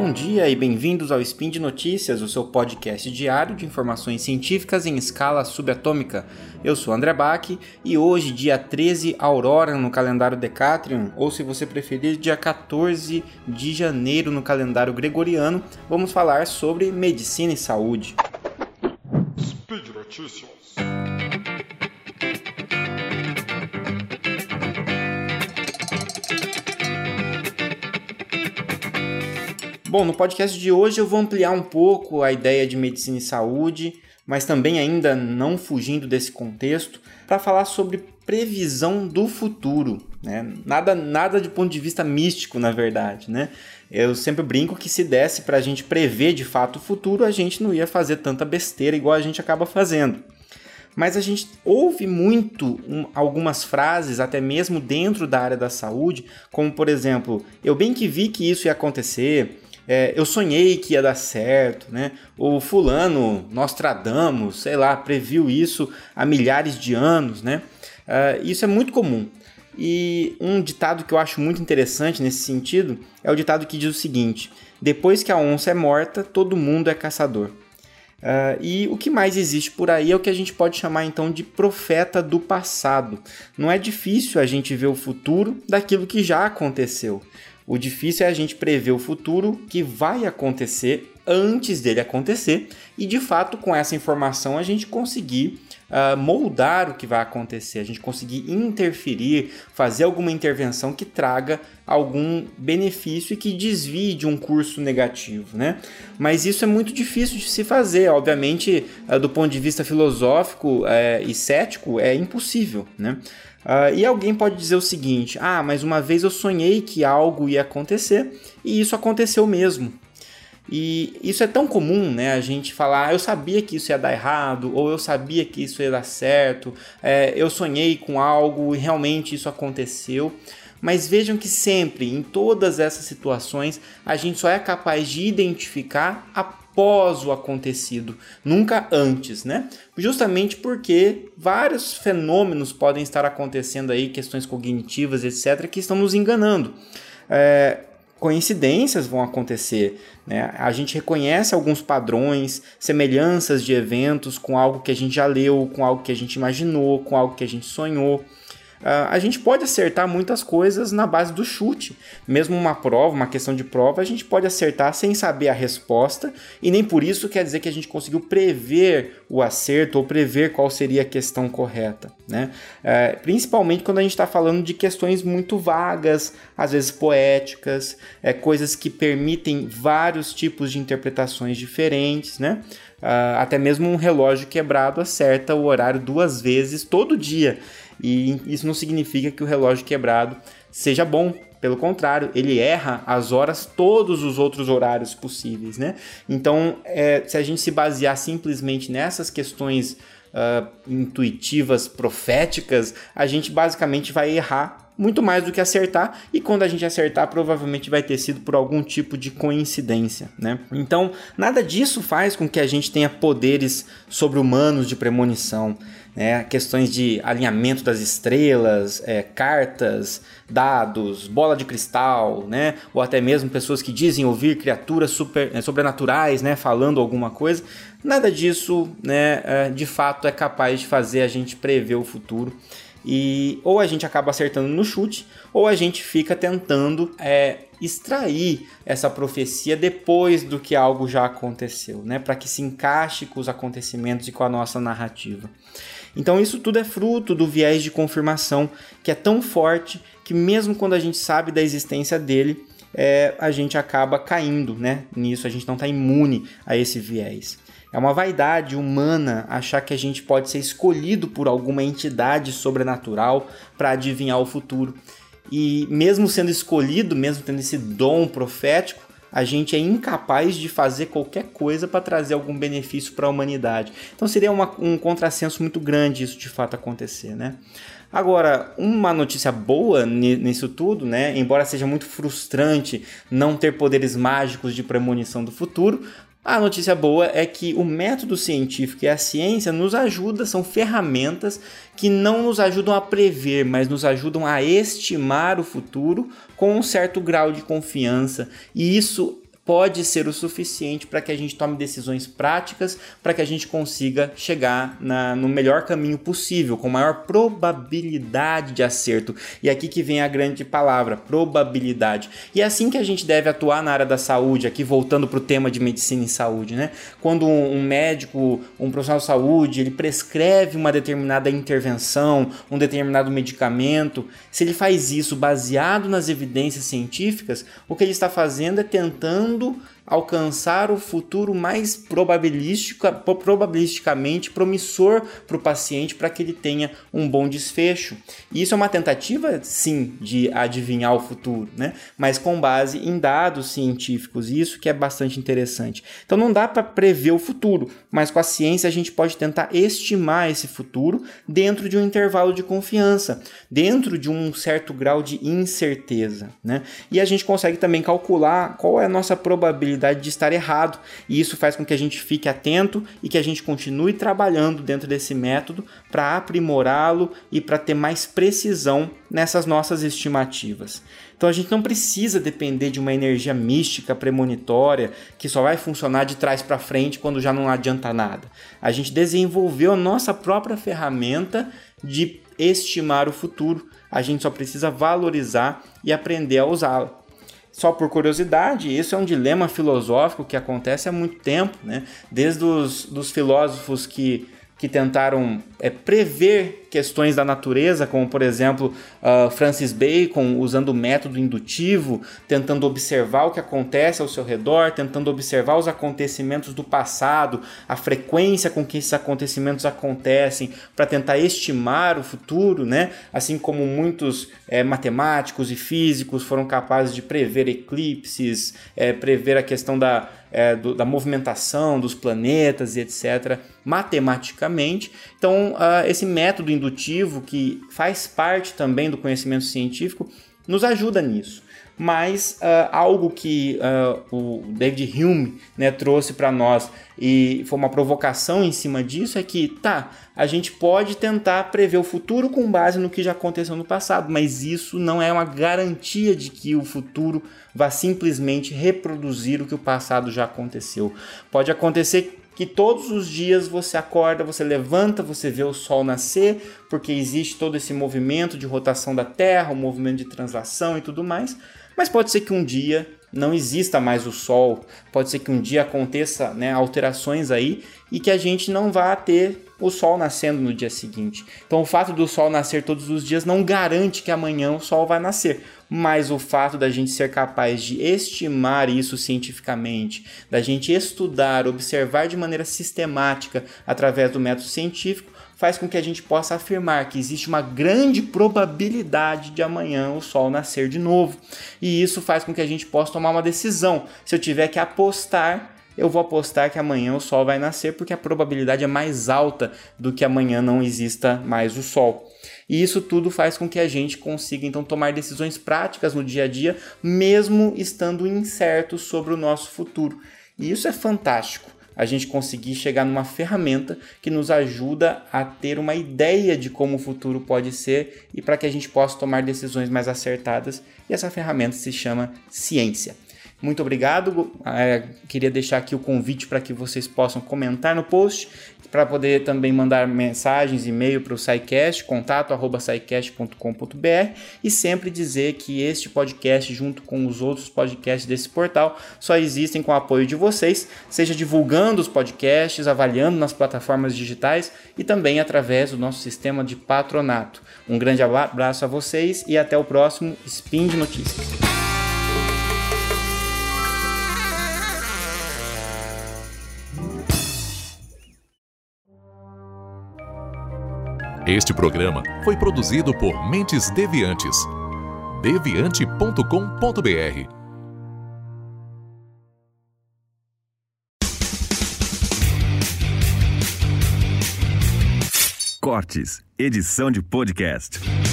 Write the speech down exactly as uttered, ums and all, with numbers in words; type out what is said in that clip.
Bom dia e bem-vindos ao Spin de Notícias, o seu podcast diário de informações científicas em escala subatômica. Eu sou André Bach e hoje, dia treze Aurora no calendário Decatrium, ou se você preferir, dia quatorze de janeiro no calendário gregoriano, vamos falar sobre medicina e saúde. Speed Notícias. Bom, no podcast de hoje eu vou ampliar um pouco a ideia de medicina e saúde, mas também ainda não fugindo desse contexto, para falar sobre previsão do futuro, né? Nada, nada de ponto de vista místico, na verdade, né? Eu sempre brinco que se desse para a gente prever de fato o futuro, a gente não ia fazer tanta besteira igual a gente acaba fazendo. Mas a gente ouve muito um, algumas frases, até mesmo dentro da área da saúde, como por exemplo, eu bem que vi que isso ia acontecer, é, eu sonhei que ia dar certo, né? O fulano, Nostradamus, sei lá, previu isso há milhares de anos, né? Uh, isso é muito comum. E um ditado que eu acho muito interessante nesse sentido é o ditado que diz o seguinte: depois que a onça é morta, todo mundo é caçador. Uh, e o que mais existe por aí é o que a gente pode chamar então de profeta do passado. Não é difícil a gente ver o futuro daquilo que já aconteceu. O difícil é a gente prever o futuro que vai acontecer antes dele acontecer e, de fato, com essa informação a gente conseguir uh, moldar o que vai acontecer, a gente conseguir interferir, fazer alguma intervenção que traga algum benefício e que desvie de um curso negativo, né? Mas isso é muito difícil de se fazer, obviamente, uh, do ponto de vista filosófico uh, e cético, é impossível, né? Uh, e alguém pode dizer o seguinte: ah, mas uma vez eu sonhei que algo ia acontecer e isso aconteceu mesmo. E isso é tão comum, né? A gente falar, ah, eu sabia que isso ia dar errado, ou eu sabia que isso ia dar certo, é, eu sonhei com algo e realmente isso aconteceu. Mas vejam que sempre, em todas essas situações, a gente só é capaz de identificar a após o acontecido, nunca antes, né? Justamente porque vários fenômenos podem estar acontecendo aí, questões cognitivas, etcétera, que estão nos enganando. É, coincidências vão acontecer, né? A gente reconhece alguns padrões, semelhanças de eventos com algo que a gente já leu, com algo que a gente imaginou, com algo que a gente sonhou. Uh, a gente pode acertar muitas coisas na base do chute. Mesmo uma prova, uma questão de prova, a gente pode acertar sem saber a resposta e nem por isso quer dizer que a gente conseguiu prever o acerto ou prever qual seria a questão correta, né? Uh, principalmente quando a gente está falando de questões muito vagas, às vezes poéticas, é, coisas que permitem vários tipos de interpretações diferentes, né? Uh, até mesmo um relógio quebrado acerta o horário duas vezes todo dia. E isso não significa que o relógio quebrado seja bom. Pelo contrário, ele erra as horas, todos os outros horários possíveis, né? Então, é, se a gente se basear simplesmente nessas questões uh, intuitivas, proféticas, a gente basicamente vai errar muito mais do que acertar, e quando a gente acertar, provavelmente vai ter sido por algum tipo de coincidência, né? Então, nada disso faz com que a gente tenha poderes sobre-humanos de premonição, né? Questões de alinhamento das estrelas, é, cartas, dados, bola de cristal, né? Ou até mesmo pessoas que dizem ouvir criaturas super, é, sobrenaturais, né? Falando alguma coisa. Nada disso, né? É, de fato é capaz de fazer a gente prever o futuro. E ou a gente acaba acertando no chute, ou a gente fica tentando é, extrair essa profecia depois do que algo já aconteceu, né? Para que se encaixe com os acontecimentos e com a nossa narrativa. Então isso tudo é fruto do viés de confirmação, que é tão forte que mesmo quando a gente sabe da existência dele, é, a gente acaba caindo, né? Nisso, a gente não está imune a esse viés. É uma vaidade humana achar que a gente pode ser escolhido por alguma entidade sobrenatural para adivinhar o futuro. E mesmo sendo escolhido, mesmo tendo esse dom profético, a gente é incapaz de fazer qualquer coisa para trazer algum benefício para a humanidade. Então seria uma, um contrassenso muito grande isso de fato acontecer, né? Agora, uma notícia boa nisso tudo, né? Embora seja muito frustrante não ter poderes mágicos de premonição do futuro, a notícia boa é que o método científico e a ciência nos ajudam, são ferramentas que não nos ajudam a prever, mas nos ajudam a estimar o futuro com um certo grau de confiança. E isso pode ser o suficiente para que a gente tome decisões práticas, para que a gente consiga chegar na, no melhor caminho possível, com maior probabilidade de acerto. E aqui que vem a grande palavra, probabilidade. E é assim que a gente deve atuar na área da saúde, aqui voltando para o tema de medicina e saúde, né? Quando um, um médico, um profissional de saúde, ele prescreve uma determinada intervenção, um determinado medicamento, se ele faz isso baseado nas evidências científicas, o que ele está fazendo é tentando alcançar o futuro mais probabilístico, probabilisticamente promissor para o paciente, para que ele tenha um bom desfecho. E isso é uma tentativa, sim, de adivinhar o futuro, né? Mas com base em dados científicos, isso que é bastante interessante. Então não dá para prever o futuro, mas com a ciência a gente pode tentar estimar esse futuro dentro de um intervalo de confiança, dentro de um certo grau de incerteza, né? E a gente consegue também calcular qual é a nossa probabilidade de estar errado, e isso faz com que a gente fique atento e que a gente continue trabalhando dentro desse método para aprimorá-lo e para ter mais precisão nessas nossas estimativas. Então a gente não precisa depender de uma energia mística premonitória que só vai funcionar de trás para frente quando já não adianta nada. A gente desenvolveu a nossa própria ferramenta de estimar o futuro, a gente só precisa valorizar e aprender a usá-la. Só por curiosidade, isso é um dilema filosófico que acontece há muito tempo, né? Desde os dos filósofos que, que tentaram é, prever questões da natureza, como por exemplo uh, Francis Bacon usando o método indutivo, tentando observar o que acontece ao seu redor, tentando observar os acontecimentos do passado, a frequência com que esses acontecimentos acontecem, para tentar estimar o futuro, né? Assim como muitos é, matemáticos e físicos foram capazes de prever eclipses, é, prever a questão da É, do, da movimentação dos planetas e etcétera, matematicamente. Então, uh, esse método indutivo, que faz parte também do conhecimento científico, nos ajuda nisso. Mas uh, algo que uh, o David Hume, né, trouxe para nós e foi uma provocação em cima disso é que, tá, a gente pode tentar prever o futuro com base no que já aconteceu no passado, mas isso não é uma garantia de que o futuro vá simplesmente reproduzir o que o passado já aconteceu. Pode acontecer que todos os dias você acorda, você levanta, você vê o sol nascer, porque existe todo esse movimento de rotação da Terra, o movimento de translação e tudo mais, mas pode ser que um dia não exista mais o sol, pode ser que um dia aconteça, né, alterações aí e que a gente não vá ter o sol nascendo no dia seguinte. Então o fato do sol nascer todos os dias não garante que amanhã o sol vai nascer, mas o fato da gente ser capaz de estimar isso cientificamente, da gente estudar, observar de maneira sistemática através do método científico, faz com que a gente possa afirmar que existe uma grande probabilidade de amanhã o sol nascer de novo. E isso faz com que a gente possa tomar uma decisão. Se eu tiver que apostar, eu vou apostar que amanhã o sol vai nascer, porque a probabilidade é mais alta do que amanhã não exista mais o sol. E isso tudo faz com que a gente consiga então tomar decisões práticas no dia a dia, mesmo estando incerto sobre o nosso futuro. E isso é fantástico. A gente conseguir chegar numa ferramenta que nos ajuda a ter uma ideia de como o futuro pode ser e para que a gente possa tomar decisões mais acertadas. E essa ferramenta se chama ciência. Muito obrigado. É, queria deixar aqui o convite para que vocês possam comentar no post, para poder também mandar mensagens, e-mail para o SciCast, contato arroba scicast ponto com ponto b r, e sempre dizer que este podcast, junto com os outros podcasts desse portal, só existem com o apoio de vocês, seja divulgando os podcasts, avaliando nas plataformas digitais e também através do nosso sistema de patronato. Um grande abraço a vocês e até o próximo Spin de Notícias. Este programa foi produzido por Mentes Deviantes. deviante ponto com ponto b r. Cortes, edição de podcast.